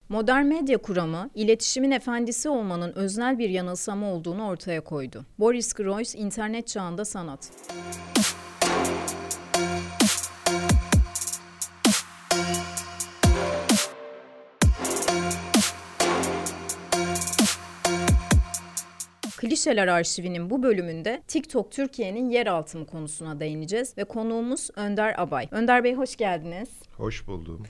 Modern medya kuramı, iletişimin efendisi olmanın öznel bir yanılsama olduğunu ortaya koydu. Boris Groys, İnternet Çağında Sanat. Klişeler Arşivi'nin bu bölümünde TikTok Türkiye'nin yeraltı konusuna değineceğiz ve konuğumuz Önder Abay. Önder Bey hoş geldiniz. Hoş buldum.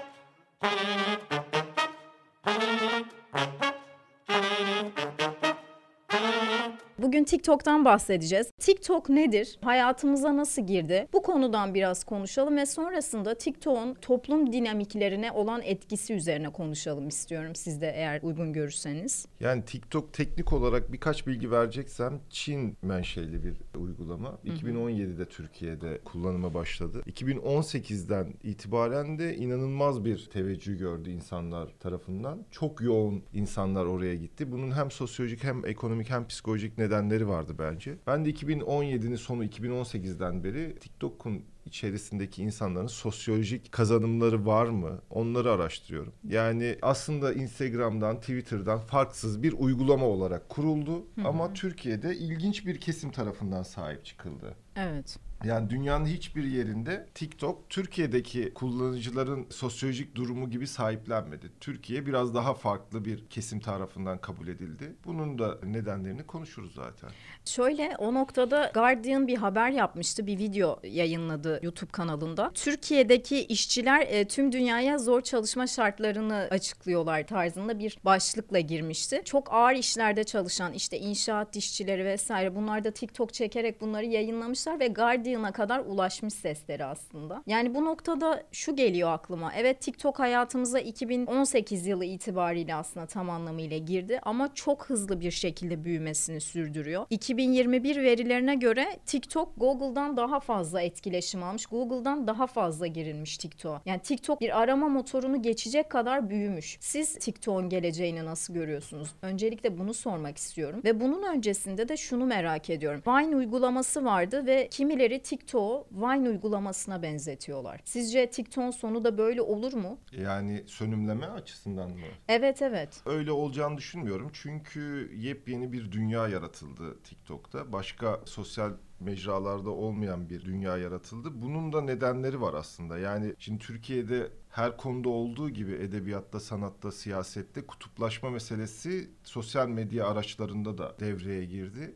Bugün TikTok'tan bahsedeceğiz. TikTok nedir? Hayatımıza nasıl girdi? Bu konudan biraz konuşalım ve sonrasında TikTok'un toplum dinamiklerine olan etkisi üzerine konuşalım istiyorum. Siz de eğer uygun görürseniz. Yani TikTok teknik olarak birkaç bilgi vereceksem Çin menşeli bir uygulama. 2017'de Türkiye'de kullanıma başladı. 2018'den itibaren de inanılmaz bir teveccüh gördü insanlar tarafından. Çok yoğun insanlar oraya gitti. Bunun hem sosyolojik hem ekonomik hem psikolojik nedenleri vardı bence. Ben de 2017'nin sonu 2018'den beri TikTok'un içerisindeki insanların sosyolojik kazanımları var mı? Onları araştırıyorum. Yani aslında Instagram'dan, Twitter'dan farksız bir uygulama olarak kuruldu. Ama Türkiye'de ilginç bir kesim tarafından sahip çıkıldı. Evet. Yani dünyanın hiçbir yerinde TikTok Türkiye'deki kullanıcıların sosyolojik durumu gibi sahiplenmedi. Türkiye biraz daha farklı bir kesim tarafından kabul edildi. Bunun da nedenlerini konuşuruz zaten. Şöyle o noktada Guardian bir haber yapmıştı, bir video yayınladı YouTube kanalında. Türkiye'deki işçiler tüm dünyaya zor çalışma şartlarını açıklıyorlar tarzında bir başlıkla girmişti. Çok ağır işlerde çalışan işte inşaat işçileri vesaire bunlar da TikTok çekerek bunları yayınlamışlar ve Guardian'a kadar ulaşmış sesleri aslında. Yani bu noktada şu geliyor aklıma. Evet TikTok hayatımıza 2018 yılı itibariyle aslında tam anlamıyla girdi ama çok hızlı bir şekilde büyümesini sürdürüyor. 2021 verilerine göre TikTok Google'dan daha fazla etkileşim almış. Google'dan daha fazla girilmiş TikTok'a. Yani TikTok bir arama motorunu geçecek kadar büyümüş. Siz TikTok'un geleceğini nasıl görüyorsunuz? Öncelikle bunu sormak istiyorum. Ve bunun öncesinde de şunu merak ediyorum. Vine uygulaması vardı ve kimileri TikTok'u Vine uygulamasına benzetiyorlar. Sizce TikTok'un sonu da böyle olur mu? Yani sönümleme açısından mı? Evet. Öyle olacağını düşünmüyorum. Çünkü yepyeni bir dünya yaratıldı TikTok'ta. Başka sosyal mecralarda olmayan bir dünya yaratıldı. Bunun da nedenleri var aslında. Yani şimdi Türkiye'de her konuda olduğu gibi edebiyatta, sanatta, siyasette kutuplaşma meselesi sosyal medya araçlarında da devreye girdi.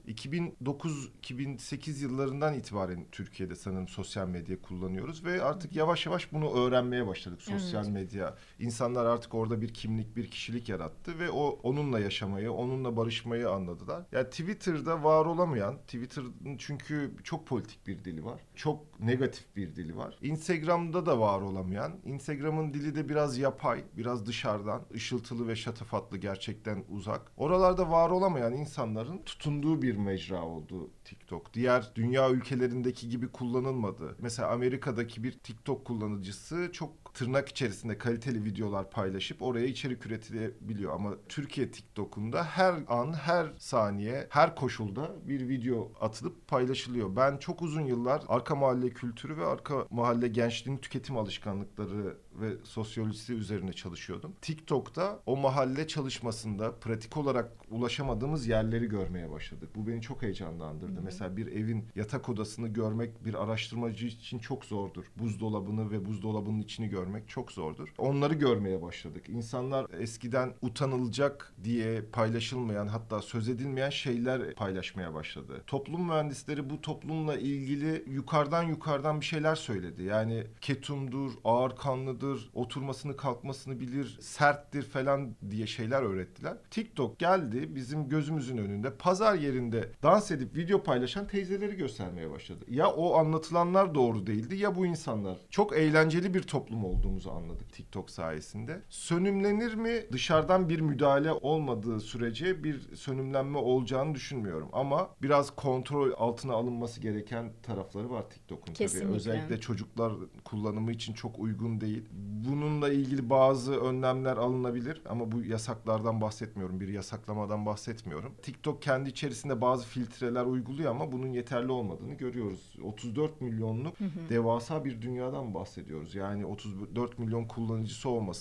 2009-2008 yıllarından itibaren Türkiye'de sanırım sosyal medya kullanıyoruz ve artık yavaş yavaş bunu öğrenmeye başladık. Sosyal medya. İnsanlar artık orada bir kimlik, bir kişilik yarattı ve onunla yaşamayı, onunla barışmayı anladılar. Yani Twitter'da var olamayan, Twitter'ın çünkü çok politik bir dili var. Çok negatif bir dili var. Instagram'da da var olamayan, Instagram'ın dili de biraz yapay, biraz dışarıdan, ışıltılı ve şatafatlı, gerçekten uzak. Oralarda var olamayan insanların tutunduğu bir mecra oldu TikTok. Diğer dünya ülkelerindeki gibi kullanılmadı. Mesela Amerika'daki bir TikTok kullanıcısı çok tırnak içerisinde kaliteli videolar paylaşıp oraya içerik üretebiliyor. Ama Türkiye TikTok'unda her an, her saniye, her koşulda bir video atılıp paylaşılıyor. Ben çok uzun yıllar arka mahalle kültürü ve arka mahalle gençliğin tüketim alışkanlıkları ve sosyolojisi üzerine çalışıyordum. TikTok'ta o mahalle çalışmasında pratik olarak ulaşamadığımız yerleri görmeye başladık. Bu beni çok heyecanlandırdı. Mesela bir evin yatak odasını görmek bir araştırmacı için çok zordur. Buzdolabını ve buzdolabının içini görmek çok zordur. Onları görmeye başladık. İnsanlar eskiden utanılacak diye paylaşılmayan, hatta söz edilmeyen şeyler paylaşmaya başladı. Toplum mühendisleri bu toplumla ilgili yukarıdan bir şeyler söyledi. Yani ketumdur, ağırkanlıdır, oturmasını kalkmasını bilir, serttir falan diye şeyler öğrettiler. TikTok geldi bizim gözümüzün önünde pazar yerinde dans edip video paylaşan teyzeleri göstermeye başladı. Ya o anlatılanlar doğru değildi ya bu insanlar. Çok eğlenceli bir toplum olduğumuzu anladık TikTok sayesinde. Sönümlenir mi? Dışarıdan bir müdahale olmadığı sürece bir sönümlenme olacağını düşünmüyorum. Ama biraz kontrol altına alınması gereken tarafları var TikTok'un. Kesinlikle. Tabii. Özellikle çocuklar kullanımı için çok uygun değil. Bununla ilgili bazı önlemler alınabilir ama bu yasaklardan bahsetmiyorum. Bir yasaklamadan bahsetmiyorum. TikTok kendi içerisinde bazı filtreler uyguluyor ama bunun yeterli olmadığını görüyoruz. 34 milyonluk devasa bir dünyadan bahsediyoruz. Yani 34 milyon kullanıcısı olması,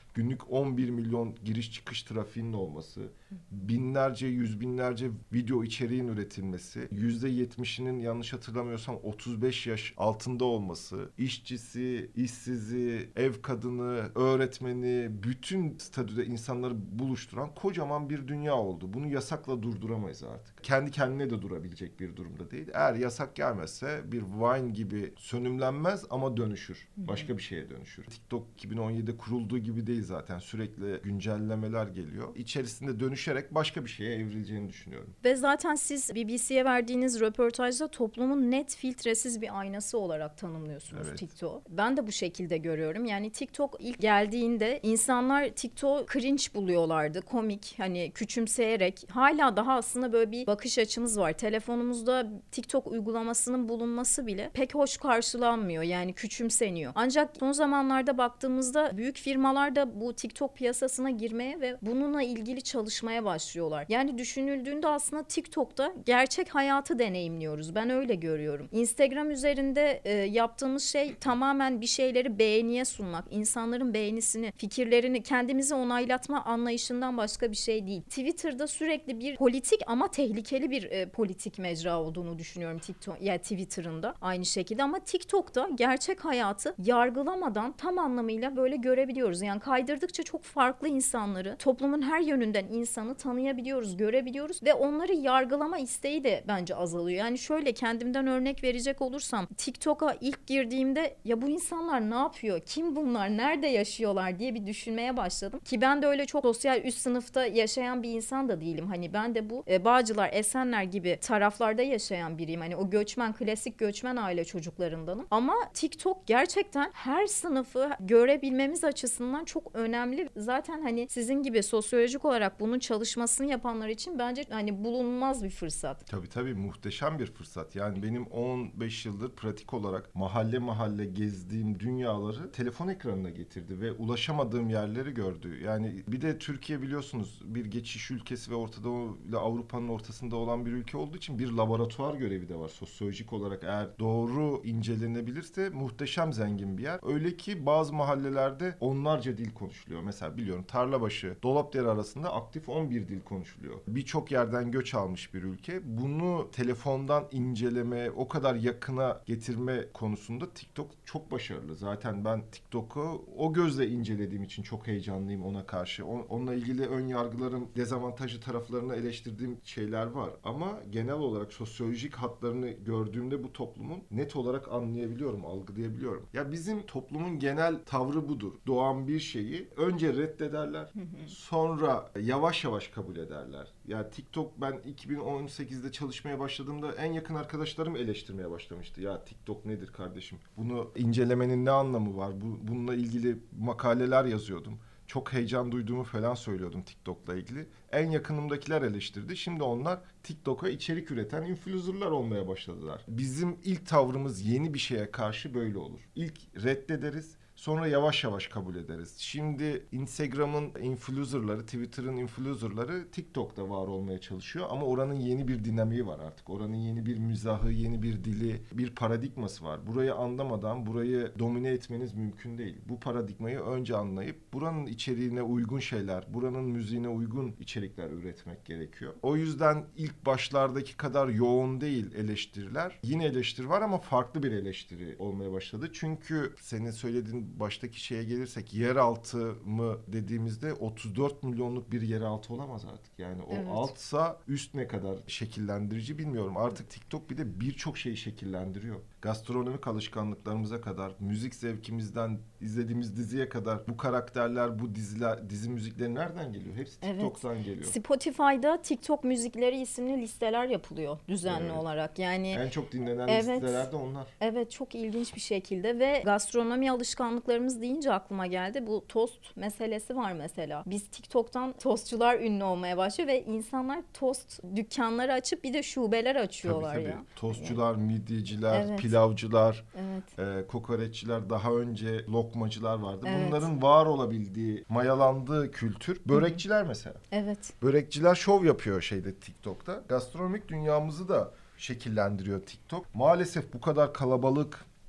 günlük 11 milyon giriş çıkış trafiğinin olması, binlerce, yüz binlerce video içeriğin üretilmesi, %70'inin yanlış hatırlamıyorsam 35 yaş altında olması, işçisi, işsizi, ev kadını, öğretmeni, bütün statüde insanları buluşturan kocaman bir dünya oldu. Bunu yasakla durduramayız artık. Kendi kendine de durabilecek bir durumda değil. Eğer yasak gelmezse bir Vine gibi sönümlenmez ama dönüşür. Başka bir şeye dönüşür. TikTok 2017'de kurulduğu gibi değil zaten. Sürekli güncellemeler geliyor. İçerisinde dönüşerek başka bir şeye evrileceğini düşünüyorum. Ve zaten siz BBC'ye verdiğiniz röportajda toplumun net filtresiz bir aynası olarak tanımlıyorsunuz TikTok. Ben de bu şekilde görüyorum. Yani TikTok ilk geldiğinde insanlar TikTok cringe buluyorlardı. Komik, hani küçümseyerek. Hala daha aslında böyle bir bakış açımız var. Telefonumuzda TikTok uygulamasının bulunması bile pek hoş karşılanmıyor. Yani küçümseniyor. Ancak son zamanlarda baktığımızda büyük firmalar da bu TikTok piyasasına girmeye ve bununla ilgili çalışmaya başlıyorlar. Yani düşünüldüğünde aslında TikTok'ta gerçek hayatı deneyimliyoruz. Ben öyle görüyorum. Instagram üzerinde yaptığımız şey tamamen bir şeyleri beğeniye sunmak. İnsanların beğenisini, fikirlerini kendimize onaylatma anlayışından başka bir şey değil. Twitter'da sürekli bir politik ama tehlikeli bir politik mecra olduğunu düşünüyorum TikTok, yani Twitter'ın da aynı şekilde, ama TikTok'ta gerçek hayatı yargılamadan tam anlamıyla böyle görebiliyoruz. Yani kaydırdıkça çok farklı insanları, toplumun her yönünden insanı tanıyabiliyoruz, görebiliyoruz ve onları yargılama isteği de bence azalıyor. Yani şöyle kendimden örnek verecek olursam, TikTok'a ilk girdiğimde ya bu insanlar ne yapıyor? Kim bunlar? Nerede yaşıyorlar diye bir düşünmeye başladım. Ki ben de öyle çok sosyal üst sınıfta yaşayan bir insan da değilim. Hani ben de bu Bağcılar, Esenler gibi taraflarda yaşayan biriyim. Hani o göçmen, klasik göçmen aile çocuklarındanım. Ama TikTok gerçekten her sınıfı görebilmemiz açısından çok önemli. Zaten hani sizin gibi sosyolojik olarak bunun çalışmasını yapanlar için bence hani bulunmaz bir fırsat. Tabii muhteşem bir fırsat. Yani benim 15 yıldır pratik olarak mahalle mahalle gezdiğim dünyaları telefon ekranına getirdi ve ulaşamadığım yerleri gördü. Yani bir de Türkiye biliyorsunuz bir geçiş ülkesi ve Orta Doğu ile Avrupa'nın ortasında olan bir ülke olduğu için bir laboratuvar görevi de var. Sosyolojik olarak eğer doğru incelenebilirse muhteşem zengin bir yer. Öyle ki bazı mahallelerde onlarca dil konuşuluyor. Mesela biliyorum Tarlabaşı, Dolapdere arasında aktif 11 dil konuşuluyor. Birçok yerden göç almış bir ülke. Bunu telefondan inceleme, o kadar yakına getirme konusunda TikTok çok başarılı. Zaten ben TikTok'u o gözle incelediğim için çok heyecanlıyım ona karşı. Onunla ilgili ön yargılarım, dezavantajlı taraflarını eleştirdiğim şeyler var. Ama genel olarak sosyolojik hatlarını gördüğümde bu toplumun net olarak anlayabiliyorum, algılayabiliyorum. Ya bizim toplumun genel tavrı budur. Doğan bir şeyi önce reddederler, sonra yavaş yavaş kabul ederler. Ya TikTok, ben 2018'de çalışmaya başladığımda en yakın arkadaşlarım eleştirmeye başlamıştı. Ya TikTok nedir kardeşim? Bunu incelemenin ne anlamı var? Bununla ilgili makaleler yazıyordum. Çok heyecan duyduğumu falan söylüyordum TikTok'la ilgili. En yakınımdakiler eleştirdi. Şimdi onlar TikTok'a içerik üreten influencer'lar olmaya başladılar. Bizim ilk tavrımız yeni bir şeye karşı böyle olur. İlk reddederiz. Sonra yavaş yavaş kabul ederiz. Şimdi Instagram'ın influencer'ları, Twitter'ın influencer'ları TikTok'ta var olmaya çalışıyor. Ama oranın yeni bir dinamiği var artık. Oranın yeni bir mizahı, yeni bir dili, bir paradigması var. Burayı anlamadan burayı domine etmeniz mümkün değil. Bu paradigmayı önce anlayıp buranın içeriğine uygun şeyler, buranın müziğine uygun içerikler üretmek gerekiyor. O yüzden ilk başlardaki kadar yoğun değil eleştiriler. Yine eleştiri var ama farklı bir eleştiri olmaya başladı. Çünkü senin söylediğin baştaki şeye gelirsek, yeraltı mı dediğimizde 34 milyonluk bir yeraltı olamaz artık. Yani o altsa üst ne kadar şekillendirici bilmiyorum. Artık TikTok bir de birçok şeyi şekillendiriyor. Gastronomik alışkanlıklarımıza kadar, müzik zevkimizden izlediğimiz diziye kadar bu karakterler, bu dizi müzikleri nereden geliyor? Hepsi TikTok'tan geliyor. Spotify'da TikTok müzikleri isimli listeler yapılıyor düzenli olarak. Yani en çok dinlenen listeler de onlar. Evet, çok ilginç bir şekilde ve gastronomi alışkanlıklarımız deyince aklıma geldi. Bu tost meselesi var mesela. Biz TikTok'tan tostçular ünlü olmaya başlıyor ve insanlar tost dükkanları açıp bir de şubeler açıyorlar tabii. ya. Tostçular, midyeciler, pilavcılar, kokoreççiler, daha önce lokmacılar vardı. Bunların var olabildiği, mayalandığı kültür. Börekçiler mesela. Evet. Börekçiler şov yapıyor TikTok'ta. Gastronomik dünyamızı da şekillendiriyor TikTok. Maalesef bu kadar kalabalık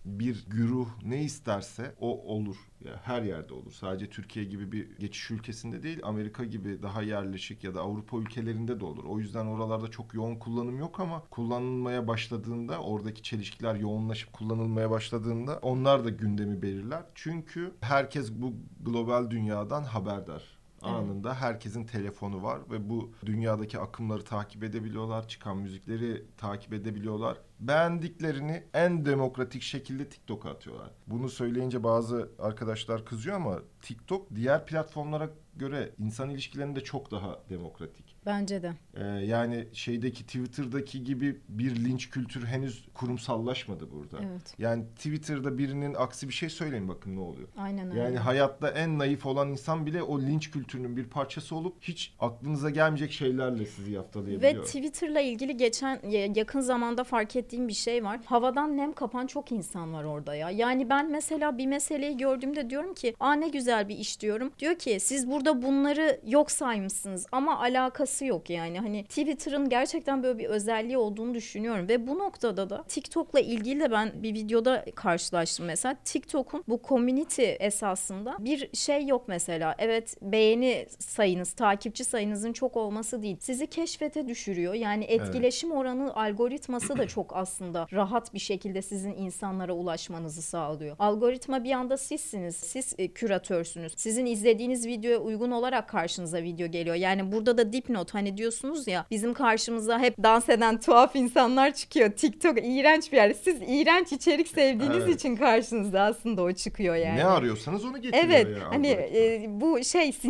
bir güruh ne isterse o olur. Yani her yerde olur. Sadece Türkiye gibi bir geçiş ülkesinde değil, Amerika gibi daha yerleşik ya da Avrupa ülkelerinde de olur. O yüzden oralarda çok yoğun kullanım yok ama kullanılmaya başladığında, oradaki çelişkiler yoğunlaşıp kullanılmaya başladığında onlar da gündemi belirler. Çünkü herkes bu global dünyadan haberdar. Anında herkesin telefonu var ve bu dünyadaki akımları takip edebiliyorlar, çıkan müzikleri takip edebiliyorlar. Beğendiklerini en demokratik şekilde TikTok'a atıyorlar. Bunu söyleyince bazı arkadaşlar kızıyor ama TikTok diğer platformlara göre insan ilişkilerinde çok daha demokratik. Bence de. Yani şeydeki Twitter'daki gibi bir linç kültürü henüz kurumsallaşmadı burada. Evet. Yani Twitter'da birinin aksi bir şey söyleyin bakın ne oluyor. Aynen öyle. Yani hayatta en naif olan insan bile o linç kültürünün bir parçası olup hiç aklınıza gelmeyecek şeylerle sizi yaftalayabiliyor. Ve Twitter'la ilgili yakın zamanda fark ettiğim bir şey var. Havadan nem kapan çok insan var orada ya. Yani ben mesela bir meseleyi gördüğümde diyorum ki ne güzel bir iş diyorum. Diyor ki siz burada bunları yok saymışsınız ama alakası yok yani. Hani Twitter'ın gerçekten böyle bir özelliği olduğunu düşünüyorum ve bu noktada da TikTok'la ilgili de ben bir videoda karşılaştım mesela. TikTok'un bu community esasında bir şey yok mesela. Evet, beğeni sayınız, takipçi sayınızın çok olması değil. Sizi keşfete düşürüyor. Yani etkileşim oranı, algoritması da çok aslında rahat bir şekilde sizin insanlara ulaşmanızı sağlıyor. Algoritma bir anda sizsiniz. Siz küratörsünüz. Sizin izlediğiniz videoya uygun olarak karşınıza video geliyor. Yani burada da dipnot, hani diyorsunuz ya, bizim karşımıza hep dans eden tuhaf insanlar çıkıyor. TikTok iğrenç bir yer. Siz iğrenç içerik sevdiğiniz için karşınızda aslında o çıkıyor yani. Ne arıyorsanız onu getiriyor. Evet, hani bu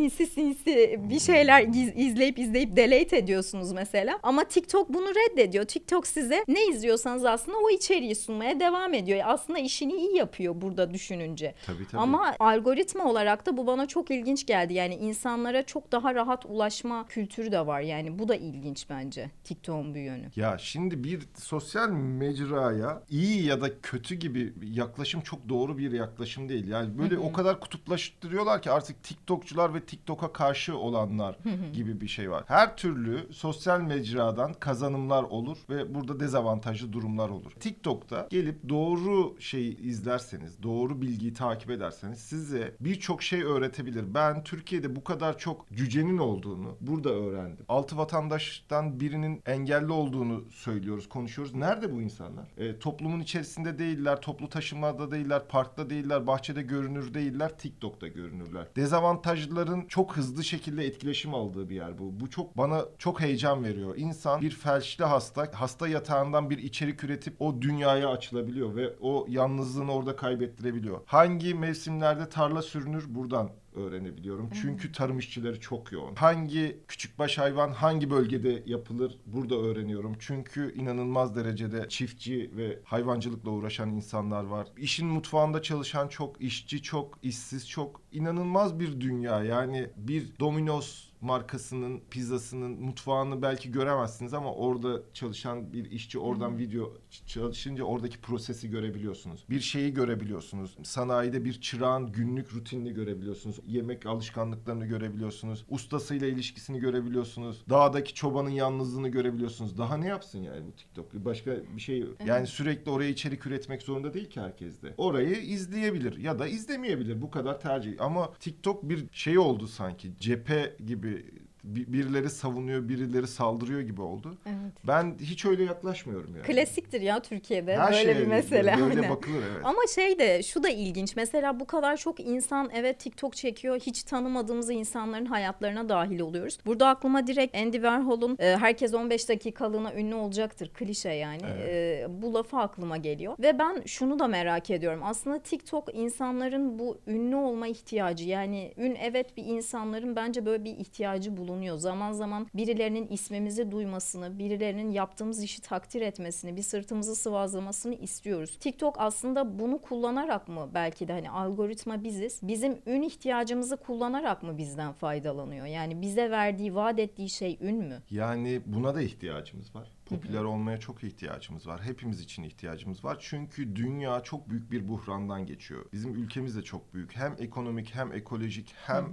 sinsi bir şeyler izleyip delete ediyorsunuz mesela. Ama TikTok bunu reddediyor. TikTok size ne izliyorsanız aslında o içeriği sunmaya devam ediyor. Aslında işini iyi yapıyor burada düşününce. Tabii. Ama algoritma olarak da bu bana çok ilginç geldi. Yani insanlara çok daha rahat ulaşma kültürü de var. Yani bu da ilginç bence TikTok'un bir yönü. Ya şimdi bir sosyal mecraya iyi ya da kötü gibi yaklaşım çok doğru bir yaklaşım değil. Yani böyle o kadar kutuplaştırıyorlar ki artık TikTokçular ve TikTok'a karşı olanlar gibi bir şey var. Her türlü sosyal mecradan kazanımlar olur ve burada dezavantajlı durumlar olur. TikTok'ta gelip doğru şeyi izlerseniz, doğru bilgiyi takip ederseniz size birçok şey öğretebilir. Ben Türkiye'de bu kadar çok cücenin olduğunu burada öğrendim. 6 vatandaştan birinin engelli olduğunu söylüyoruz, konuşuyoruz. Nerede bu insanlar? Toplumun içerisinde değiller, toplu taşımlarda değiller, parkta değiller, bahçede görünür değiller, TikTok'ta görünürler. Dezavantajlıların çok hızlı şekilde etkileşim aldığı bir yer bu. Bu çok bana çok heyecan veriyor. İnsan bir felçli hasta yatağından bir içerik üretip o dünyaya açılabiliyor ve o yalnızlığını orada kaybettirebiliyor. Hangi mevsimlerde tarla sürünür buradan öğrenebiliyorum. Çünkü tarım işçileri çok yoğun. Hangi küçükbaş hayvan hangi bölgede yapılır burada öğreniyorum. Çünkü inanılmaz derecede çiftçi ve hayvancılıkla uğraşan insanlar var. İşin mutfağında çalışan çok, işçi çok, işsiz çok. İnanılmaz bir dünya. Yani bir Domino's markasının pizzasının mutfağını belki göremezsiniz ama orada çalışan bir işçi oradan video çalışınca oradaki prosesi görebiliyorsunuz. Bir şeyi görebiliyorsunuz. Sanayide bir çırağın günlük rutinini görebiliyorsunuz. Yemek alışkanlıklarını görebiliyorsunuz. Ustasıyla ilişkisini görebiliyorsunuz. Dağdaki çobanın yalnızlığını görebiliyorsunuz. Daha ne yapsın yani bu TikTok? Başka bir şey yani sürekli oraya içerik üretmek zorunda değil ki herkes de. Orayı izleyebilir ya da izlemeyebilir. Bu kadar tercih. Ama TikTok bir şey oldu sanki. Cephe gibi birileri savunuyor, birileri saldırıyor gibi oldu. Evet. Ben hiç öyle yaklaşmıyorum yani. Klasiktir ya Türkiye'de her böyle bir mesele. Böyle bakılır evet. Ama şu da ilginç. Mesela bu kadar çok insan TikTok çekiyor. Hiç tanımadığımız insanların hayatlarına dahil oluyoruz. Burada aklıma direkt Andy Warhol'un herkes 15 dakikalığına ünlü olacaktır. Klişe yani. Evet. Bu lafı aklıma geliyor. Ve ben şunu da merak ediyorum. Aslında TikTok insanların bu ünlü olma ihtiyacı, yani bir insanların bence böyle bir ihtiyacı bulunuyor. Zaman zaman birilerinin ismimizi duymasını, birilerinin yaptığımız işi takdir etmesini, bir sırtımızı sıvazlamasını istiyoruz. TikTok aslında bunu kullanarak mı, belki de hani algoritma biziz, bizim ün ihtiyacımızı kullanarak mı bizden faydalanıyor? Yani bize vaat ettiği şey ün mü? Yani buna da ihtiyacımız var. Popüler olmaya çok ihtiyacımız var. Hepimiz için ihtiyacımız var. Çünkü dünya çok büyük bir buhrandan geçiyor. Bizim ülkemiz de çok büyük. Hem ekonomik hem ekolojik hem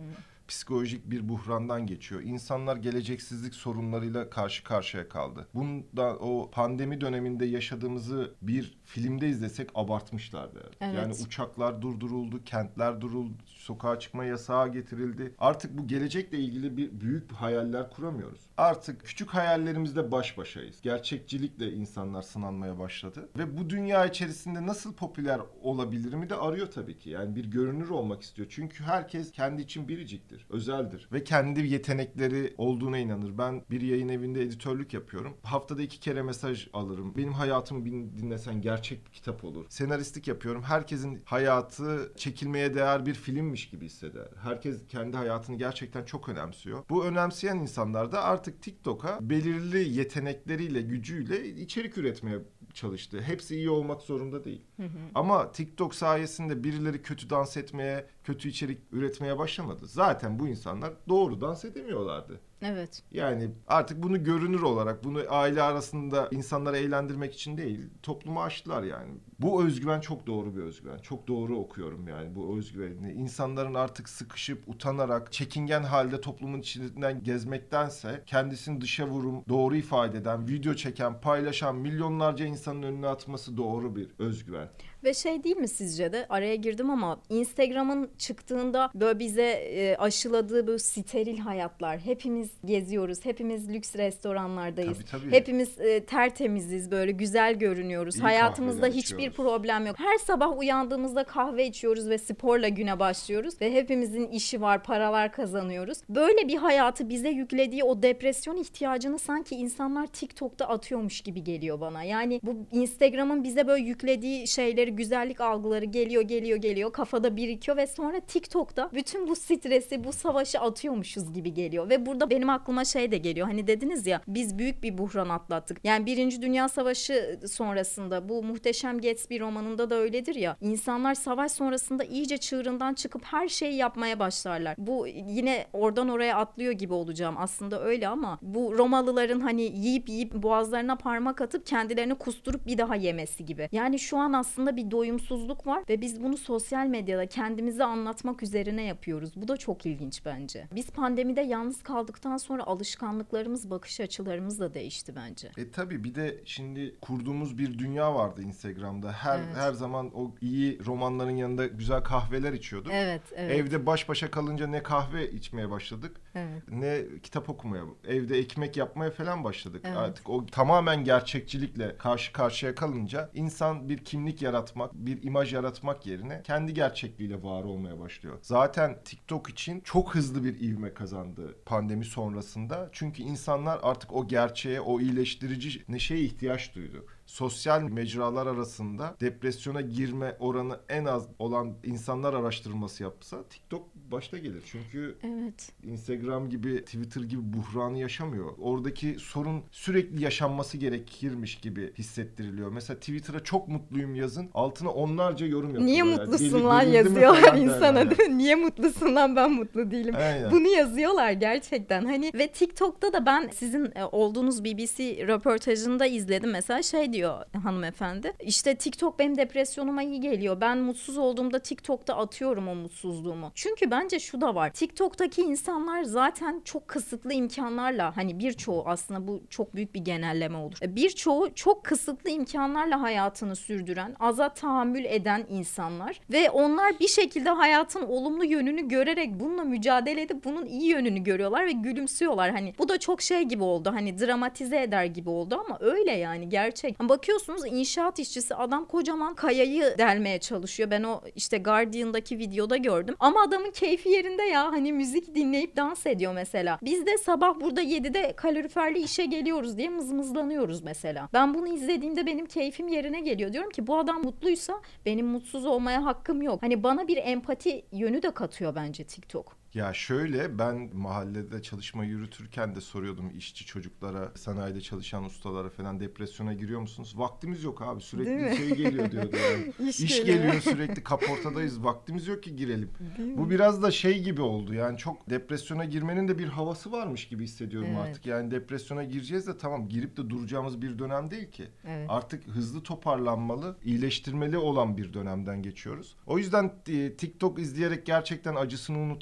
psikolojik bir buhrandan geçiyor. İnsanlar geleceksizlik sorunlarıyla karşı karşıya kaldı. Bunda o pandemi döneminde yaşadığımızı bir filmde izlesek abartmışlardı. Evet. Yani uçaklar durduruldu, kentler duruldu, sokağa çıkma yasağı getirildi. Artık bu gelecekle ilgili büyük hayaller kuramıyoruz. Artık küçük hayallerimizle baş başayız. Gerçekçilikle insanlar sınanmaya başladı. Ve bu dünya içerisinde nasıl popüler olabilirimi de arıyor tabii ki. Yani bir görünür olmak istiyor. Çünkü herkes kendi için biriciktir, özeldir. Ve kendi yetenekleri olduğuna inanır. Ben bir yayın evinde editörlük yapıyorum. Haftada 2 kere mesaj alırım. Benim hayatımı dinlesen gerçek bir kitap olur. Senaristlik yapıyorum. Herkesin hayatı çekilmeye değer bir filmmiş gibi hisseder. Herkes kendi hayatını gerçekten çok önemsiyor. Bu önemseyen insanlar da artık TikTok'a belirli yetenekleriyle, gücüyle içerik üretmeye çalıştı. Hepsi iyi olmak zorunda değil. Ama TikTok sayesinde birileri kötü dans etmeye, kötü içerik üretmeye başlamadı. Zaten bu insanlar doğru dans edemiyorlardı. Evet. Yani artık bunu görünür olarak, bunu aile arasında insanları eğlendirmek için değil, topluma açtılar yani. Bu özgüven çok doğru bir özgüven. Çok doğru okuyorum yani bu özgüveni. İnsanların artık sıkışıp, utanarak, çekingen halde toplumun içinden gezmektense kendisini dışa vurup doğru ifade eden, video çeken, paylaşan milyonlarca insanın önüne atması doğru bir özgüven. Ve şey değil mi sizce de, araya girdim ama Instagram'ın çıktığında böyle bize aşıladığı bu steril hayatlar, hepimiz geziyoruz, hepimiz lüks restoranlardayız, Tabii. hepimiz tertemiziz, böyle güzel görünüyoruz, İyi hayatımızda kahveler hiçbir içiyoruz. problem yok. Her sabah uyandığımızda kahve içiyoruz ve sporla güne başlıyoruz ve hepimizin işi var, paralar kazanıyoruz. Böyle bir hayatı bize yüklediği o depresyon ihtiyacını sanki insanlar TikTok'ta atıyormuş gibi geliyor bana. Yani bu Instagram'ın bize böyle yüklediği şeyleri, güzellik algıları geliyor kafada birikiyor ve sonra TikTok'ta bütün bu stresi, bu savaşı atıyormuşuz gibi geliyor. Ve burada benim aklıma şey de geliyor, hani dediniz ya, biz büyük bir buhran atlattık. Yani 1. Dünya Savaşı sonrasında, bu Muhteşem Gatsby romanında da öyledir ya, insanlar savaş sonrasında iyice çığırından çıkıp her şeyi yapmaya başlarlar. Bu yine oradan oraya atlıyor gibi olacağım, aslında öyle ama bu Romalıların hani yiyip boğazlarına parmak atıp kendilerini kusturup bir daha yemesi gibi. Yani şu an aslında bir doyumsuzluk var ve biz bunu sosyal medyada kendimizi anlatmak üzerine yapıyoruz. Bu da çok ilginç bence. Biz pandemide yalnız kaldıktan sonra alışkanlıklarımız, bakış açılarımız da değişti bence. Tabii bir de şimdi kurduğumuz bir dünya vardı Instagram'da. Her zaman o iyi romanların yanında güzel kahveler içiyorduk. Evet. Evde baş başa kalınca ne kahve içmeye başladık, evet. ne kitap okumaya, evde ekmek yapmaya falan başladık. Evet. Artık o tamamen gerçekçilikle karşı karşıya kalınca insan bir kimlik yaratmak, bir imaj yaratmak yerine kendi gerçekliğiyle var olmaya başlıyor. Zaten TikTok için çok hızlı bir ivme kazandı pandemi sonrasında. Çünkü insanlar artık o gerçeğe, o iyileştirici neşeye ihtiyaç duydu. Sosyal mecralar arasında depresyona girme oranı en az olan insanlar araştırılması yapsa TikTok başta gelir. Çünkü Evet. Instagram gibi, Twitter gibi buhranı yaşamıyor. Oradaki sorun sürekli yaşanması gerekirmiş gibi hissettiriliyor. Mesela Twitter'a çok mutluyum yazın, altına onlarca yorum yapıyorlar. Niye Yani. mutlusun lan yazıyorlar insana, değil mi? Niye mutlusun lan, ben mutlu değilim. Aynen. Bunu yazıyorlar gerçekten. Hani ve TikTok'ta da ben sizin olduğunuz BBC röportajında izledim. Mesela şey diyor hanımefendi. İşte TikTok benim depresyonuma iyi geliyor. Ben mutsuz olduğumda TikTok'ta atıyorum o mutsuzluğumu. Çünkü bence şu da var. TikTok'taki insanlar zaten çok kısıtlı imkanlarla, hani birçoğu, aslında bu çok büyük bir genelleme olur. Birçoğu çok kısıtlı imkanlarla hayatını sürdüren, aza tahammül eden insanlar ve onlar bir şekilde hayatın olumlu yönünü görerek bununla mücadele edip bunun iyi yönünü görüyorlar ve gülümsüyorlar. Hani bu da çok şey gibi oldu. Hani dramatize eder gibi oldu ama öyle yani, gerçek. Bakıyorsunuz inşaat işçisi adam kocaman kayayı delmeye çalışıyor. Ben o işte Guardian'daki videoda gördüm. Ama adamın keyfi yerinde ya. Hani müzik dinleyip dans ediyor mesela. Biz de sabah burada 7'de kaloriferli işe geliyoruz diye mızmızlanıyoruz mesela. Ben bunu izlediğimde benim keyfim yerine geliyor. Diyorum ki bu adam mutluysa benim mutsuz olmaya hakkım yok. Hani bana bir empati yönü de katıyor bence TikTok. Ya şöyle, ben mahallede çalışma yürütürken de soruyordum işçi çocuklara, sanayide çalışan ustalara falan, depresyona giriyor musunuz? Vaktimiz yok abi, sürekli şey geliyor diyordu yani. İş geliyor sürekli, kaportadayız, vaktimiz yok ki girelim. Bu biraz da şey gibi oldu yani, çok depresyona girmenin de bir havası varmış gibi hissediyorum artık. Yani depresyona gireceğiz de tamam, girip de duracağımız bir dönem değil ki. Evet. Artık hızlı toparlanmalı, iyileştirmeli olan bir dönemden geçiyoruz. O yüzden TikTok izleyerek gerçekten acısını unutan,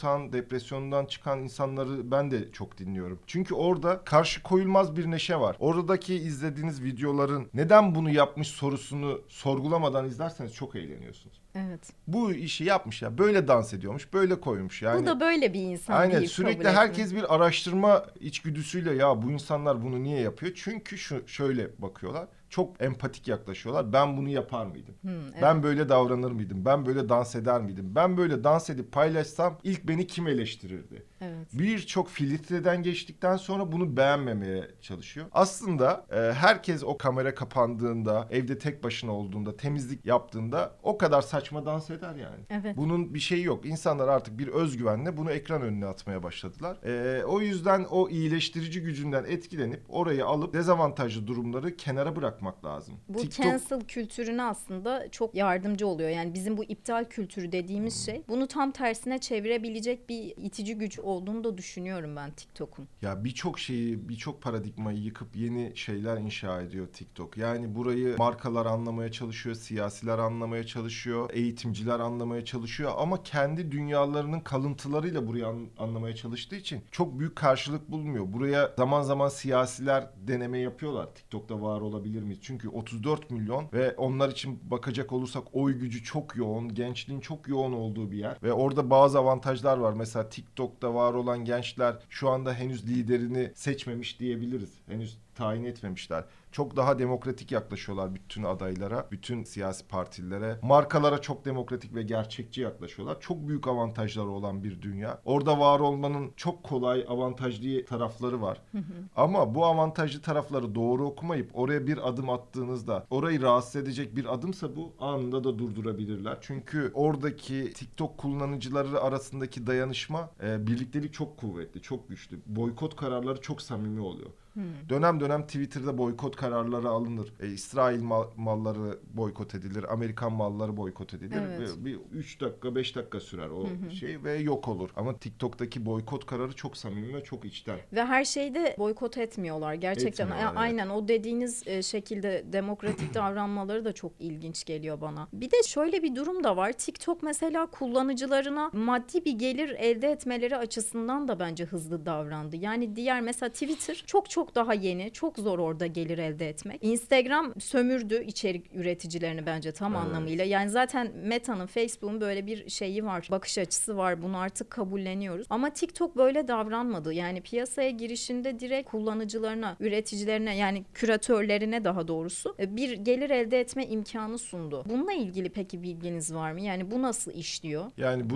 depresyondan çıkan insanları ben de çok dinliyorum. Çünkü orada karşı koyulmaz bir neşe var. Oradaki izlediğiniz videoların neden bunu yapmış sorusunu sorgulamadan izlerseniz çok eğleniyorsunuz. Evet. Bu işi yapmış ya, böyle dans ediyormuş, böyle koymuş yani. Bu da böyle bir insan aynen, değil. sürekli herkes bir araştırma içgüdüsüyle ya bu insanlar bunu niye yapıyor? Çünkü şöyle bakıyorlar. Çok empatik yaklaşıyorlar. Ben bunu yapar mıydım? Evet. Ben böyle davranır mıydım? Ben böyle dans eder miydim? Ben böyle dans edip paylaşsam ilk beni kim eleştirirdi? Evet. Birçok filtreden geçtikten sonra bunu beğenmemeye çalışıyor. Aslında herkes o kamera kapandığında, evde tek başına olduğunda, temizlik yaptığında o kadar saçma dans eder yani. Evet. Bunun bir şeyi yok. İnsanlar artık bir özgüvenle bunu ekran önüne atmaya başladılar. O yüzden o iyileştirici gücünden etkilenip orayı alıp dezavantajlı durumları kenara bırakmak lazım. Bu cancel kültürüne aslında çok yardımcı oluyor. Yani bizim bu iptal kültürü dediğimiz şey bunu tam tersine çevirebilecek bir itici güç olduğunu da düşünüyorum ben TikTok'un. Ya birçok şeyi, birçok paradigmayı yıkıp yeni şeyler inşa ediyor TikTok. Yani burayı markalar anlamaya çalışıyor, siyasiler anlamaya çalışıyor, eğitimciler anlamaya çalışıyor ama kendi dünyalarının kalıntılarıyla burayı anlamaya çalıştığı için çok büyük karşılık bulmuyor. Buraya zaman zaman siyasiler deneme yapıyorlar. TikTok'ta var olabilir miyiz? Çünkü 34 milyon ve onlar için bakacak olursak oy gücü çok yoğun, gençliğin çok yoğun olduğu bir yer ve orada bazı avantajlar var. Mesela TikTok'ta var olan gençler şu anda henüz liderini seçmemiş diyebiliriz. Henüz tayin etmemişler. Çok daha demokratik yaklaşıyorlar bütün adaylara, bütün siyasi partilere. Markalara çok demokratik ve gerçekçi yaklaşıyorlar. Çok büyük avantajları olan bir dünya. Orada var olmanın çok kolay, avantajlı tarafları var. Ama bu avantajlı tarafları doğru okumayıp oraya bir adım attığınızda orayı rahatsız edecek bir adımsa bu anında da durdurabilirler. Çünkü oradaki TikTok kullanıcıları arasındaki dayanışma, birliktelik çok kuvvetli, çok güçlü. Boykot kararları çok samimi oluyor. Dönem dönem Twitter'da boykot kararları alınır. İsrail malları boykot edilir. Amerikan malları boykot edilir. Evet. Ve bir 3 dakika 5 dakika sürer o şey ve yok olur. Ama TikTok'taki boykot kararı çok samimi ve çok içten. Ve her şeyde boykot etmiyorlar. Gerçekten Etmiyorlar, aynen o dediğiniz şekilde demokratik davranmaları da çok ilginç geliyor bana. Bir de şöyle bir durum da var. TikTok mesela kullanıcılarına maddi bir gelir elde etmeleri açısından da bence hızlı davrandı. Yani diğer mesela Twitter çok daha yeni, çok zor orada gelir elde etmek. Instagram sömürdü içerik üreticilerini bence tam anlamıyla. Yani zaten Meta'nın, Facebook'un böyle bir şeyi var, bakış açısı var. Bunu artık kabulleniyoruz. Ama TikTok böyle davranmadı. Yani piyasaya girişinde direkt kullanıcılarına, üreticilerine yani küratörlerine daha doğrusu bir gelir elde etme imkanı sundu. Bununla ilgili peki bilginiz var mı? Yani bu nasıl işliyor? Yani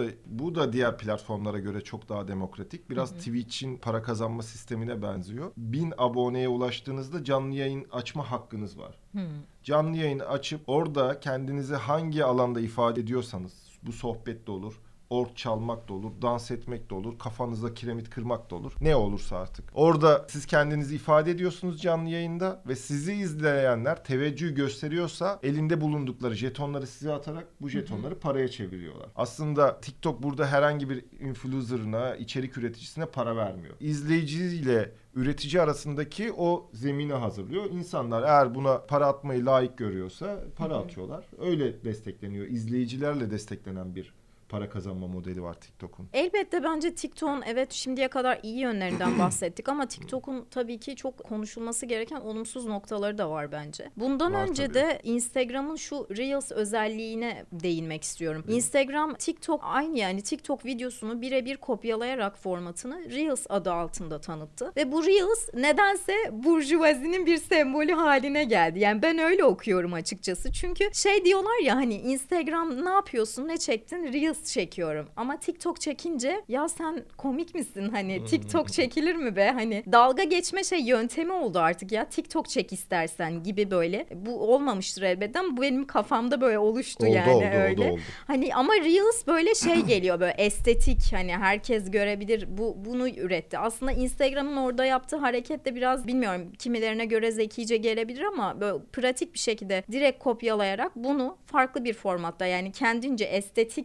bu da diğer platformlara göre çok daha demokratik. Biraz Twitch'in para kazanma sistemine benziyor. 1000 aboneye ulaştığınızda canlı yayın açma hakkınız var. Canlı yayın açıp orada kendinizi hangi alanda ifade ediyorsanız, bu sohbet de olur, org çalmak da olur, dans etmek de olur, kafanıza kiremit kırmak da olur. Ne olursa artık. Orada siz kendinizi ifade ediyorsunuz canlı yayında ve sizi izleyenler teveccüh gösteriyorsa elinde bulundukları jetonları size atarak bu jetonları paraya çeviriyorlar. Aslında TikTok burada herhangi bir influencer'ına, içerik üreticisine para vermiyor. İzleyiciyle üretici arasındaki o zemini hazırlıyor. İnsanlar eğer buna para atmayı layık görüyorsa para atıyorlar. Öyle destekleniyor. İzleyicilerle desteklenen bir para kazanma modeli var TikTok'un. Elbette bence TikTok'un evet şimdiye kadar iyi yönlerinden bahsettik ama TikTok'un tabii ki çok konuşulması gereken olumsuz noktaları da var bence. Bundan Var önce tabii. de Instagram'ın şu Reels özelliğine değinmek istiyorum. Instagram, TikTok aynı yani TikTok videosunu birebir kopyalayarak formatını Reels adı altında tanıttı. Ve bu Reels nedense burjuvazinin bir sembolü haline geldi. Yani ben öyle okuyorum açıkçası. Çünkü şey diyorlar ya hani Instagram ne yapıyorsun, ne çektin? Reels çekiyorum. Ama TikTok çekince ya sen komik misin? Hani TikTok çekilir mi be? Hani dalga geçme yöntemi oldu artık ya. TikTok çek istersen gibi böyle. Bu olmamıştır elbette ama bu benim kafamda böyle oluştu öyle. Oldu. Hani ama Reels böyle geliyor böyle estetik hani herkes görebilir bunu üretti. Aslında Instagram'ın orada yaptığı hareket de biraz bilmiyorum kimilerine göre zekice gelebilir ama böyle pratik bir şekilde direkt kopyalayarak bunu farklı bir formatta yani kendince estetik bir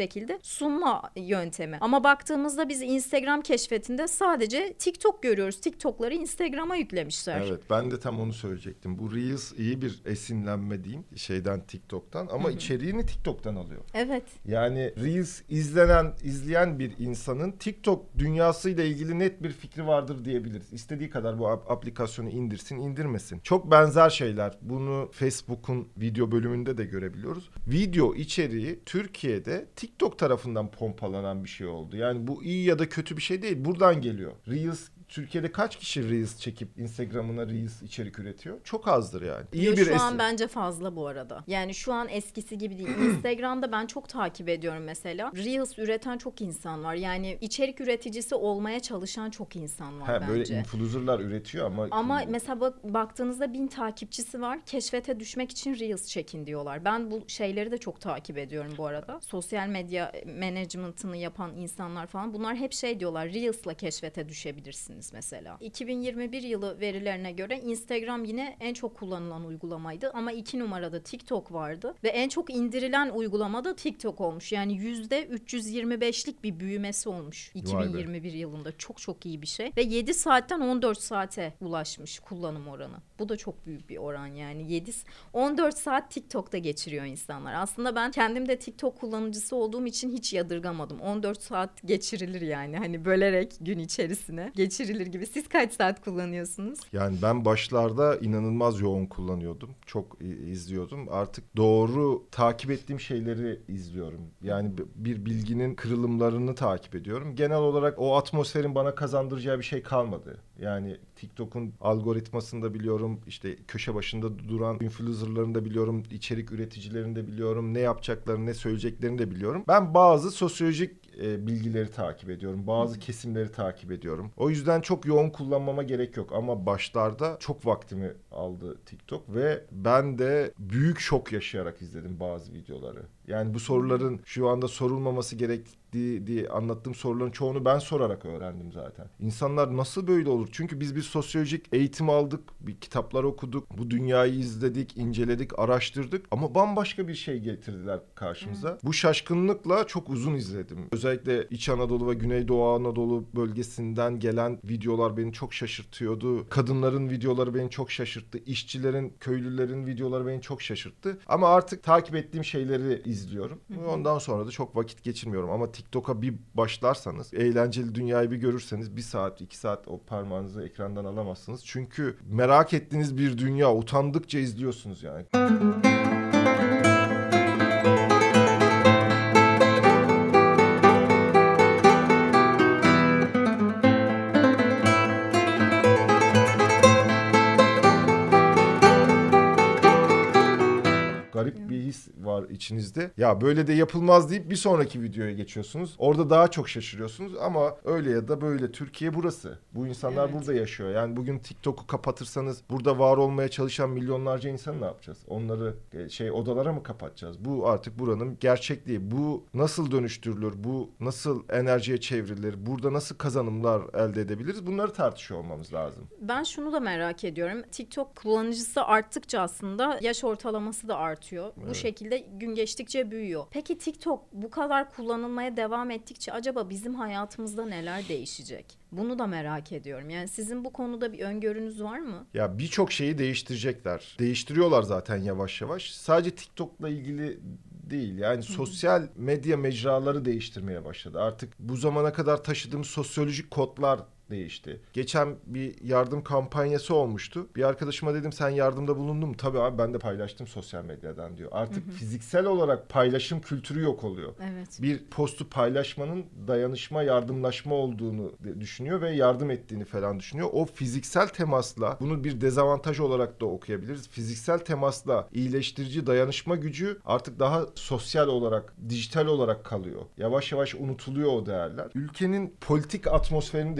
şekilde sunma yöntemi. Ama baktığımızda biz Instagram keşfetinde sadece TikTok görüyoruz. TikTok'ları Instagram'a yüklemişler. Evet, ben de tam onu söyleyecektim. Bu Reels iyi bir esinlenme diyeyim TikTok'tan ama içeriğini TikTok'tan alıyor. Evet. Yani Reels izleyen bir insanın TikTok dünyasıyla ilgili net bir fikri vardır diyebiliriz. İstediği kadar bu aplikasyonu indirsin, indirmesin. Çok benzer şeyler. Bunu Facebook'un video bölümünde de görebiliyoruz. Video içeriği Türkiye'de TikTok tarafından pompalanan bir şey oldu. Yani bu iyi ya da kötü bir şey değil. Buradan geliyor. Reels Türkiye'de kaç kişi Reels çekip Instagram'ına Reels içerik üretiyor? Çok azdır yani. Şu an bence fazla bu arada. Yani şu an eskisi gibi değil. Instagram'da ben çok takip ediyorum mesela. Reels üreten çok insan var. Yani içerik üreticisi olmaya çalışan çok insan var bence. Böyle influencerlar üretiyor ama mesela baktığınızda 1000 takipçisi var. Keşfete düşmek için Reels çekin diyorlar. Ben bu şeyleri de çok takip ediyorum bu arada. Sosyal medya management'ını yapan insanlar falan. Bunlar hep şey diyorlar. Reels'la keşfete düşebilirsiniz mesela. 2021 yılı verilerine göre Instagram yine en çok kullanılan uygulamaydı ama 2 numarada TikTok vardı ve en çok indirilen uygulama da TikTok olmuş. Yani %325'lik bir büyümesi olmuş 2021 yılında. Çok çok iyi bir şey ve 7 saatten 14 saate ulaşmış kullanım oranı. Bu da çok büyük bir oran yani. 14 saat TikTok'ta geçiriyor insanlar. Aslında ben kendim de TikTok kullanıcısı olduğum için hiç yadırgamadım. 14 saat geçirilir yani. Hani bölerek gün içerisine geçirilir gibi. Siz kaç saat kullanıyorsunuz? Yani ben başlarda inanılmaz yoğun kullanıyordum. Çok izliyordum. Artık doğru takip ettiğim şeyleri izliyorum. Yani bir bilginin kırılımlarını takip ediyorum. Genel olarak o atmosferin bana kazandıracağı bir şey kalmadı. Yani TikTok'un algoritmasını da biliyorum. İşte köşe başında duran influencer'larını da biliyorum. İçerik üreticilerini de biliyorum. Ne yapacaklarını, ne söyleyeceklerini de biliyorum. Ben bazı sosyolojik bilgileri takip ediyorum. Bazı kesimleri takip ediyorum. O yüzden çok yoğun kullanmama gerek yok. Ama başlarda çok vaktimi aldı TikTok ve ben de büyük şok yaşayarak izledim bazı videoları. Yani bu soruların şu anda sorulmaması gerektiği diye anlattığım soruların çoğunu ben sorarak öğrendim zaten. İnsanlar nasıl böyle olur? Çünkü biz bir sosyolojik eğitim aldık, bir kitaplar okuduk, bu dünyayı izledik, inceledik, araştırdık ama bambaşka bir şey getirdiler karşımıza. Bu şaşkınlıkla çok uzun izledim. Özellikle İç Anadolu ve Güneydoğu Anadolu bölgesinden gelen videolar beni çok şaşırtıyordu. Kadınların videoları beni çok şaşırttı. İşçilerin, köylülerin videoları beni çok şaşırttı. Ama artık takip ettiğim şeyleri izliyorum. Ondan sonra da çok vakit geçirmiyorum. Ama TikTok'a bir başlarsanız, eğlenceli dünyayı bir görürseniz 1 saat, 2 saat o parmağınızı ekrandan alamazsınız. Çünkü merak ettiğiniz bir dünya, utandıkça izliyorsunuz yani. Garip bir his var içinizde. Ya böyle de yapılmaz deyip bir sonraki videoya geçiyorsunuz. Orada daha çok şaşırıyorsunuz ama öyle ya da böyle Türkiye burası. Bu insanlar burada yaşıyor. Yani bugün TikTok'u kapatırsanız burada var olmaya çalışan milyonlarca insanı ne yapacağız? Onları odalara mı kapatacağız? Bu artık buranın gerçekliği. Bu nasıl dönüştürülür? Bu nasıl enerjiye çevrilir? Burada nasıl kazanımlar elde edebiliriz? Bunları tartışıyor olmamız lazım. Ben şunu da merak ediyorum. TikTok kullanıcısı arttıkça aslında yaş ortalaması da artıyor. Bu şekilde gün geçtikçe büyüyor. Peki TikTok bu kadar kullanılmaya devam ettikçe acaba bizim hayatımızda neler değişecek? Bunu da merak ediyorum. Yani sizin bu konuda bir öngörünüz var mı? Ya birçok şeyi değiştirecekler. Değiştiriyorlar zaten yavaş yavaş. Sadece TikTok'la ilgili değil. Yani sosyal medya mecraları değiştirmeye başladı. Artık bu zamana kadar taşıdığımız sosyolojik kodlar değişti. Geçen bir yardım kampanyası olmuştu. Bir arkadaşıma dedim sen yardımda bulundun mu? Tabii abi ben de paylaştım sosyal medyadan diyor. Artık fiziksel olarak paylaşım kültürü yok oluyor. Evet. Bir postu paylaşmanın dayanışma, yardımlaşma olduğunu düşünüyor ve yardım ettiğini falan düşünüyor. O fiziksel temasla bunu bir dezavantaj olarak da okuyabiliriz. Fiziksel temasla iyileştirici dayanışma gücü artık daha sosyal olarak, dijital olarak kalıyor. Yavaş yavaş unutuluyor o değerler. Ülkenin politik atmosferini değiştirecek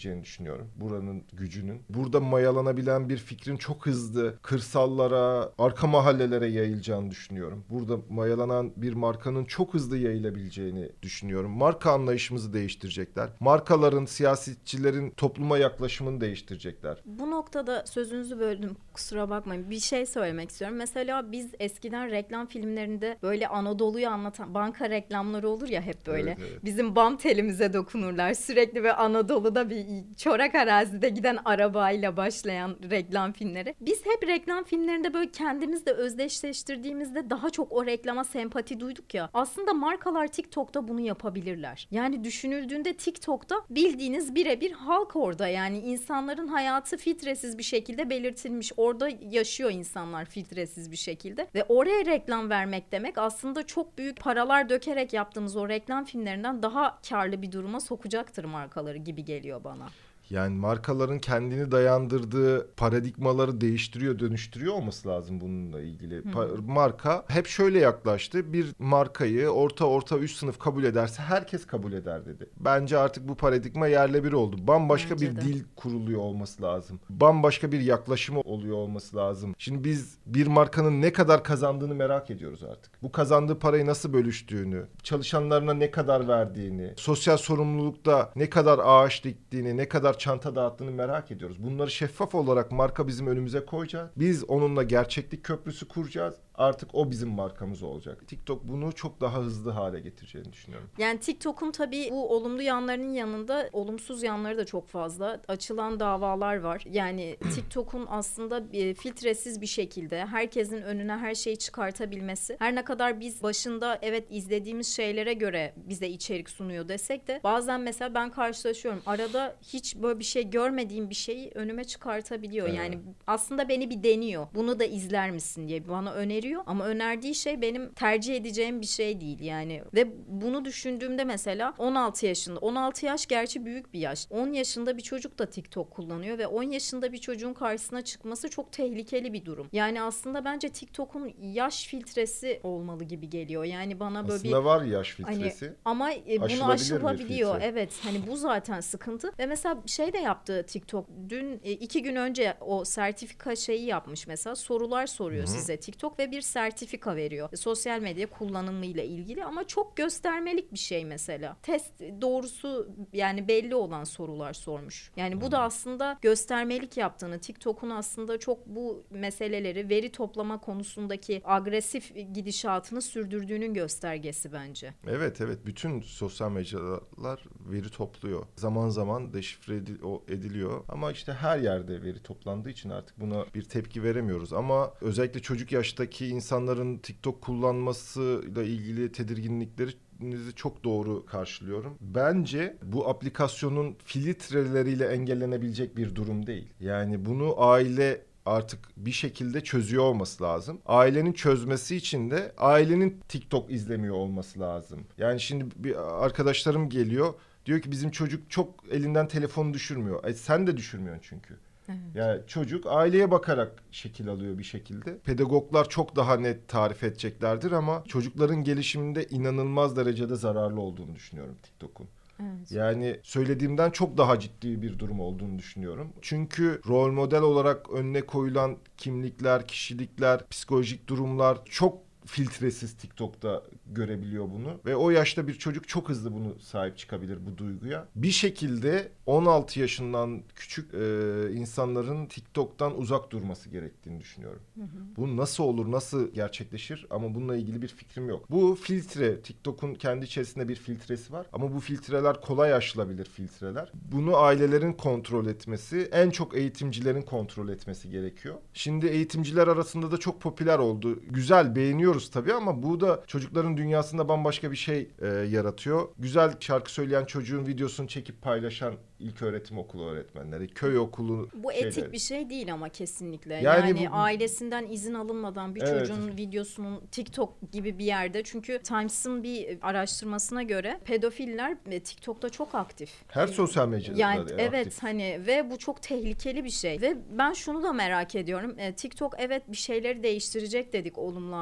değiştireceğini düşünüyorum. Buranın gücünün. Burada mayalanabilen bir fikrin çok hızlı kırsallara, arka mahallelere yayılacağını düşünüyorum. Burada mayalanan bir markanın çok hızlı yayılabileceğini düşünüyorum. Marka anlayışımızı değiştirecekler. Markaların, siyasetçilerin topluma yaklaşımını değiştirecekler. Bu noktada sözünüzü böldüm, kusura bakmayın. Bir şey söylemek istiyorum. Mesela biz eskiden reklam filmlerinde böyle Anadolu'yu anlatan banka reklamları olur ya hep böyle. Evet, evet. Bizim bam telimize dokunurlar. Sürekli ve Anadolu'da bir çorak arazide giden arabayla başlayan reklam filmleri. Biz hep reklam filmlerinde böyle kendimizle özdeşleştirdiğimizde daha çok o reklama sempati duyduk ya. Aslında markalar TikTok'ta bunu yapabilirler. Yani düşünüldüğünde TikTok'ta bildiğiniz birebir halk orada. Yani insanların hayatı filtresiz bir şekilde belirtilmiş. Orada yaşıyor insanlar filtresiz bir şekilde. Ve oraya reklam vermek demek aslında çok büyük paralar dökerek yaptığımız o reklam filmlerinden daha karlı bir duruma sokacaktır markaları gibi geliyor bana. Yani markaların kendini dayandırdığı paradigmaları değiştiriyor, dönüştürüyor olması lazım bununla ilgili. Marka hep şöyle yaklaştı. Bir markayı orta üst sınıf kabul ederse herkes kabul eder dedi. Bence artık bu paradigma yerle bir oldu. Bambaşka Bence bir de. dil kuruluyor olması lazım. Bambaşka bir yaklaşımı oluyor olması lazım. Şimdi biz bir markanın ne kadar kazandığını merak ediyoruz artık. Bu kazandığı parayı nasıl bölüştüğünü, çalışanlarına ne kadar verdiğini, sosyal sorumlulukta ne kadar ağaç diktiğini, ne kadar çanta dağıttığını merak ediyoruz. Bunları şeffaf olarak marka bizim önümüze koyacak. Biz onunla gerçeklik köprüsü kuracağız. Artık o bizim markamız olacak. TikTok bunu çok daha hızlı hale getireceğini düşünüyorum. Yani TikTok'un tabii bu olumlu yanlarının yanında olumsuz yanları da çok fazla. Açılan davalar var. Yani TikTok'un aslında filtresiz bir şekilde herkesin önüne her şeyi çıkartabilmesi. Her ne kadar biz başında evet izlediğimiz şeylere göre bize içerik sunuyor desek de bazen mesela ben karşılaşıyorum. Arada hiç böyle bir şey görmediğim bir şeyi önüme çıkartabiliyor. Evet. Yani aslında beni bir deniyor. Bunu da izler misin diye bana öneriyor. Ama önerdiği şey benim tercih edeceğim bir şey değil yani. Ve bunu düşündüğümde mesela 16 yaşında. 16 yaş gerçi büyük bir yaş. 10 yaşında bir çocuk da TikTok kullanıyor ve 10 yaşında bir çocuğun karşısına çıkması çok tehlikeli bir durum. Yani aslında bence TikTok'un yaş filtresi olmalı gibi geliyor. Yani bana böyle Aslında var yaş hani filtresi. ama bunu Aşılabilir bir aşılabiliyor. filtre. Evet hani bu zaten sıkıntı. Ve mesela şey de yaptı TikTok. Dün 2 gün önce o sertifika şeyi yapmış mesela. Sorular soruyor size TikTok ve bir sertifika veriyor. Sosyal medya kullanımıyla ilgili ama çok göstermelik bir şey mesela. Test doğrusu yani belli olan sorular sormuş. Yani bu da aslında göstermelik yaptığını, TikTok'un aslında çok bu meseleleri veri toplama konusundaki agresif gidişatını sürdürdüğünün göstergesi bence. Evet, bütün sosyal mecralar veri topluyor. Zaman zaman deşifre ediliyor ama işte her yerde veri toplandığı için artık buna bir tepki veremiyoruz. Ama özellikle çocuk yaştaki insanların TikTok kullanmasıyla ilgili tedirginlikleri çok doğru karşılıyorum. Bence bu aplikasyonun filtreleriyle engellenebilecek bir durum değil. Yani bunu aile artık bir şekilde çözüyor olması lazım. Ailenin çözmesi için de ailenin TikTok izlemiyor olması lazım. Yani şimdi bir arkadaşlarım geliyor, diyor ki bizim çocuk çok elinden telefonu düşürmüyor. Sen de düşürmüyorsun çünkü. Evet. Yani çocuk aileye bakarak şekil alıyor bir şekilde. Pedagoglar çok daha net tarif edeceklerdir ama çocukların gelişiminde inanılmaz derecede zararlı olduğunu düşünüyorum TikTok'un. Evet. Yani söylediğimden çok daha ciddi bir durum olduğunu düşünüyorum. Çünkü rol model olarak önüne koyulan kimlikler, kişilikler, psikolojik durumlar çok filtresiz TikTok'ta görebiliyor bunu. Ve o yaşta bir çocuk çok hızlı bunu sahip çıkabilir bu duyguya. Bir şekilde 16 yaşından küçük insanların TikTok'tan uzak durması gerektiğini düşünüyorum. Bu nasıl olur, nasıl gerçekleşir ama bununla ilgili bir fikrim yok. Bu filtre, TikTok'un kendi içerisinde bir filtresi var ama bu filtreler kolay aşılabilir filtreler. Bunu ailelerin kontrol etmesi, en çok eğitimcilerin kontrol etmesi gerekiyor. Şimdi eğitimciler arasında da çok popüler oldu. Güzel, beğeniyoruz tabii ama bu da çocukların dünyasında bambaşka bir şey yaratıyor. Güzel şarkı söyleyen çocuğun videosunu çekip paylaşan ilköğretim okulu öğretmenleri, köy okulu Bu etik bir şey değil ama kesinlikle. Yani ailesinden izin alınmadan bir çocuğun videosunun TikTok gibi bir yerde. Çünkü Times'ın bir araştırmasına göre pedofiller TikTok'ta çok aktif. Her sosyal mecrada yani aktif. Evet hani ve bu çok tehlikeli bir şey. Ve ben şunu da merak ediyorum. TikTok evet bir şeyleri değiştirecek dedik olumlu anlamda.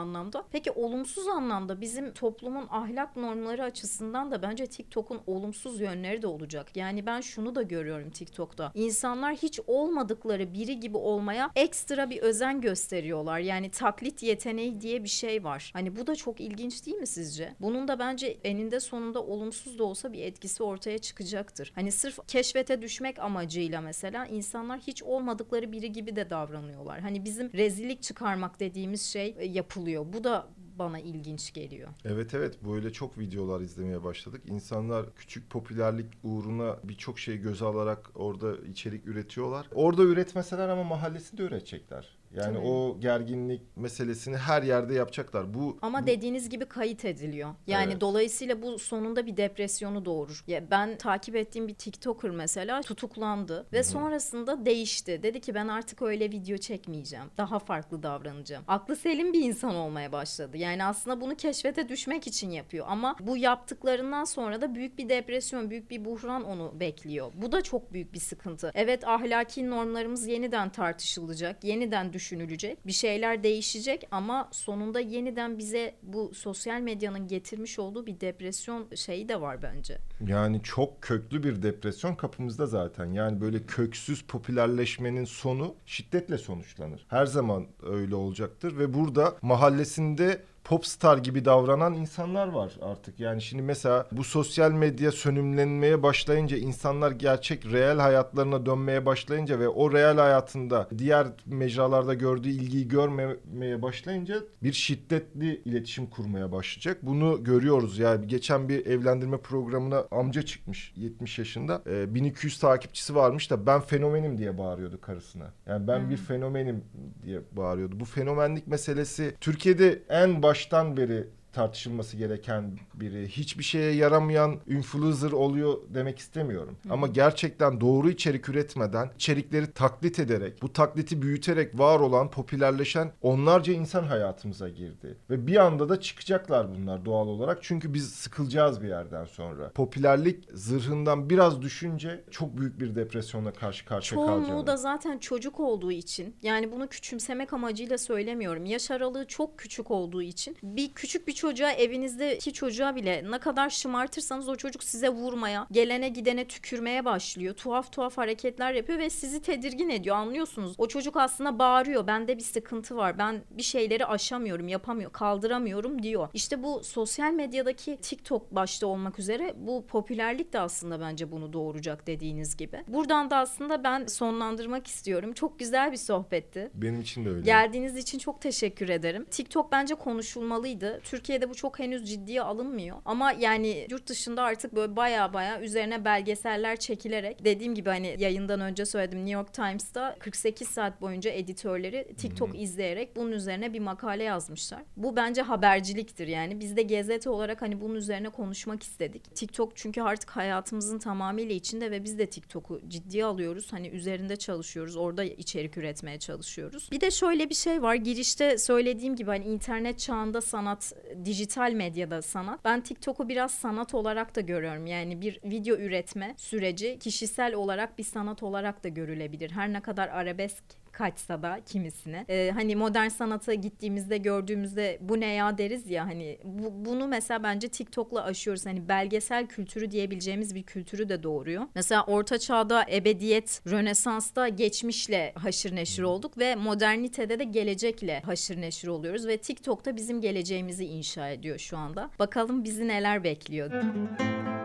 Peki olumsuz anlamda bizim toplumun ahlak normları açısından da bence TikTok'un olumsuz yönleri de olacak. Yani ben şunu da görüyorum TikTok'ta. İnsanlar hiç olmadıkları biri gibi olmaya ekstra bir özen gösteriyorlar. Yani taklit yeteneği diye bir şey var. Hani bu da çok ilginç değil mi sizce? Bunun da bence eninde sonunda olumsuz da olsa bir etkisi ortaya çıkacaktır. Hani sırf keşfete düşmek amacıyla mesela insanlar hiç olmadıkları biri gibi de davranıyorlar. Hani bizim rezillik çıkarmak dediğimiz şey yapılıyor. Bu da bana ilginç geliyor. Evet, böyle çok videolar izlemeye başladık. İnsanlar küçük popülerlik uğruna birçok şeyi göze alarak orada içerik üretiyorlar. Orada üretmeseler ama mahallesinde üretecekler. Yani Tabii. o gerginlik meselesini her yerde yapacaklar. Ama dediğiniz gibi kayıt ediliyor. Yani Evet. dolayısıyla bu sonunda bir depresyonu doğurur. Ya ben takip ettiğim bir TikToker mesela tutuklandı ve sonrasında değişti. Dedi ki ben artık öyle video çekmeyeceğim. Daha farklı davranacağım. Aklı selim bir insan olmaya başladı. Yani aslında bunu keşfete düşmek için yapıyor. Ama bu yaptıklarından sonra da büyük bir depresyon, büyük bir buhran onu bekliyor. Bu da çok büyük bir sıkıntı. Evet, ahlaki normlarımız yeniden tartışılacak, yeniden düşünülecek. Bir şeyler değişecek ama sonunda yeniden bize bu sosyal medyanın getirmiş olduğu bir depresyon şeyi de var bence. Yani çok köklü bir depresyon kapımızda zaten. Yani böyle köksüz popülerleşmenin sonu şiddetle sonuçlanır. Her zaman öyle olacaktır ve burada mahallesinde popstar gibi davranan insanlar var artık. Yani şimdi mesela bu sosyal medya sönümlenmeye başlayınca, insanlar gerçek reel hayatlarına dönmeye başlayınca ve o reel hayatında diğer mecralarda gördüğü ilgiyi görmemeye başlayınca bir şiddetli iletişim kurmaya başlayacak. Bunu görüyoruz. Yani geçen bir evlendirme programına amca çıkmış 70 yaşında. 1200 takipçisi varmış da ben fenomenim diye bağırıyordu karısına. Yani ben bir fenomenim diye bağırıyordu. Bu fenomenlik meselesi Türkiye'de en baştan beri tartışılması gereken biri. Hiçbir şeye yaramayan influencer oluyor demek istemiyorum. Ama gerçekten doğru içerik üretmeden, içerikleri taklit ederek, bu takliti büyüterek var olan, popülerleşen onlarca insan hayatımıza girdi. Ve bir anda da çıkacaklar bunlar doğal olarak. Çünkü biz sıkılacağız bir yerden sonra. Popülerlik zırhından biraz düşünce çok büyük bir depresyona karşı karşıya kalacağız. Çoğunluğu da zaten çocuk olduğu için, yani bunu küçümsemek amacıyla söylemiyorum. Yaş aralığı çok küçük olduğu için küçük bir çocuğa, evinizdeki çocuğa bile ne kadar şımartırsanız o çocuk size vurmaya, gelene gidene tükürmeye başlıyor. Tuhaf tuhaf hareketler yapıyor ve sizi tedirgin ediyor, anlıyorsunuz. O çocuk aslında bağırıyor. Bende bir sıkıntı var. Ben bir şeyleri aşamıyorum, yapamıyorum, kaldıramıyorum diyor. İşte bu sosyal medyadaki TikTok başta olmak üzere bu popülerlik de aslında bence bunu doğuracak dediğiniz gibi. Buradan da aslında ben sonlandırmak istiyorum. Çok güzel bir sohbetti. Benim için de öyle. Geldiğiniz için çok teşekkür ederim. TikTok bence konuşulmalıydı. Türkiye'de bu çok henüz ciddiye alınmıyor. Ama yani yurt dışında artık böyle baya üzerine belgeseller çekilerek, dediğim gibi hani yayından önce söyledim, New York Times'ta 48 saat boyunca editörleri TikTok izleyerek bunun üzerine bir makale yazmışlar. Bu bence haberciliktir yani. Biz de gazete olarak hani bunun üzerine konuşmak istedik. TikTok çünkü artık hayatımızın tamamıyla içinde ve biz de TikTok'u ciddiye alıyoruz. Hani üzerinde çalışıyoruz. Orada içerik üretmeye çalışıyoruz. Bir de şöyle bir şey var. Girişte söylediğim gibi hani internet çağında sanat, dijital medyada sanat. Ben TikTok'u biraz sanat olarak da görüyorum. Yani bir video üretme süreci kişisel olarak bir sanat olarak da görülebilir. Her ne kadar arabesk kaçsa da kimisine. Hani modern sanata gittiğimizde, gördüğümüzde bu ne ya deriz ya, hani bunu mesela bence TikTok'la aşıyoruz. Hani belgesel kültürü diyebileceğimiz bir kültürü de doğuruyor. Mesela Orta Çağ'da ebediyet, Rönesans'ta geçmişle haşır neşir olduk ve modernitede de gelecekle haşır neşir oluyoruz ve TikTok'ta bizim geleceğimizi inşa ediyor şu anda. Bakalım bizi neler bekliyor.